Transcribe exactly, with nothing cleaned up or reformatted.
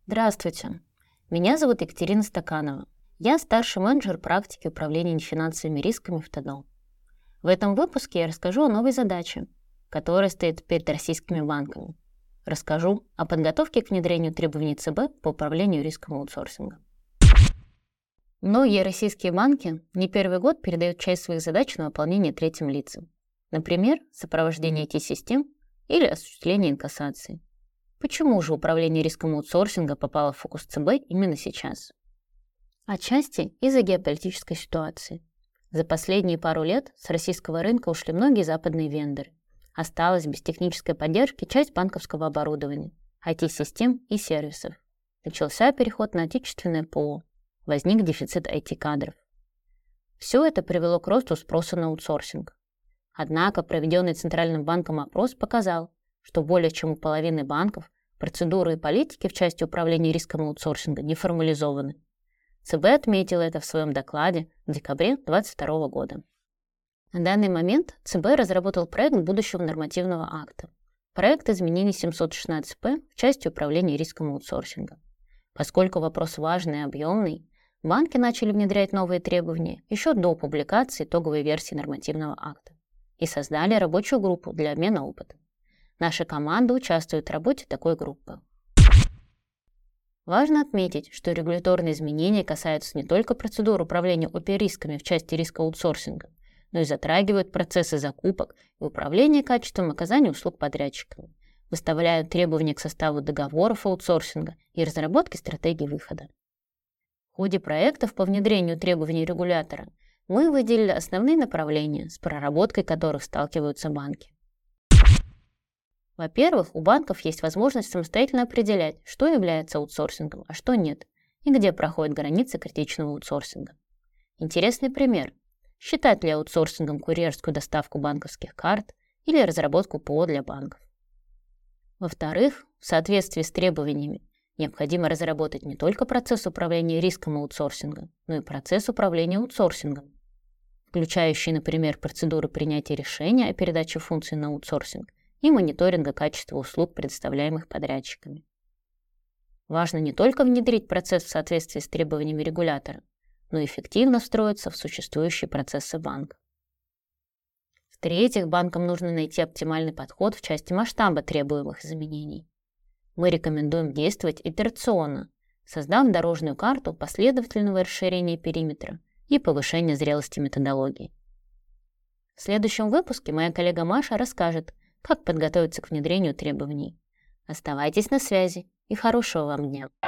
Здравствуйте, меня зовут Екатерина Стаканова. Я старший менеджер практики управления финансовыми рисками в ТЭДО. В этом выпуске я расскажу о новой задаче, которая стоит перед российскими банками. Расскажу о подготовке к внедрению требований ЦБ по управлению риском аутсорсинга. Многие российские банки не первый год передают часть своих задач на выполнение третьим лицам. Например, сопровождение ай ти-систем или осуществление инкассации. Почему же управление риском аутсорсинга попало в фокус ЦБ именно сейчас? Отчасти из-за геополитической ситуации. За последние пару лет с российского рынка ушли многие западные вендоры. Осталась без технической поддержки часть банковского оборудования, ай ти-систем и сервисов. Начался переход на отечественное ПО. Возник дефицит ай ти-кадров. Все это привело к росту спроса на аутсорсинг. Однако проведенный Центральным банком опрос показал, что более чем у половины банков процедуры и политики в части управления риском аутсорсинга не формализованы. ЦБ отметил это в своем докладе в декабре две тысячи двадцать второго года. На данный момент ЦБ разработал проект будущего нормативного акта. Проект изменений семьсот шестнадцать П в части управления риском аутсорсинга. Поскольку вопрос важный и объемный, банки начали внедрять новые требования еще до публикации итоговой версии нормативного акта и создали рабочую группу для обмена опытом. Наша команда участвует в работе такой группы. Важно отметить, что регуляторные изменения касаются не только процедур управления о пи рисками в части риска аутсорсинга, но и затрагивают процессы закупок и управления качеством оказания услуг подрядчикам, выставляют требования к составу договоров аутсорсинга и разработке стратегии выхода. В ходе проектов по внедрению требований регулятора мы выделили основные направления, с проработкой которых сталкиваются банки. Во-первых, у банков есть возможность самостоятельно определять, что является аутсорсингом, а что нет, и где проходят границы критичного аутсорсинга. Интересный пример. Считать ли аутсорсингом курьерскую доставку банковских карт или разработку ПО для банков? Во-вторых, в соответствии с требованиями, необходимо разработать не только процесс управления риском аутсорсинга, но и процесс управления аутсорсингом, включающий, например, процедуры принятия решения о передаче функций на аутсорсинг и мониторинга качества услуг, предоставляемых подрядчиками. Важно не только внедрить процесс в соответствии с требованиями регулятора, но и эффективно встроиться в существующие процессы банка. В-третьих, банкам нужно найти оптимальный подход в части масштаба требуемых изменений. Мы рекомендуем действовать итерационно, создав дорожную карту последовательного расширения периметра и повышения зрелости методологии. В следующем выпуске моя коллега Маша расскажет, как подготовиться к внедрению требований. Оставайтесь на связи и хорошего вам дня!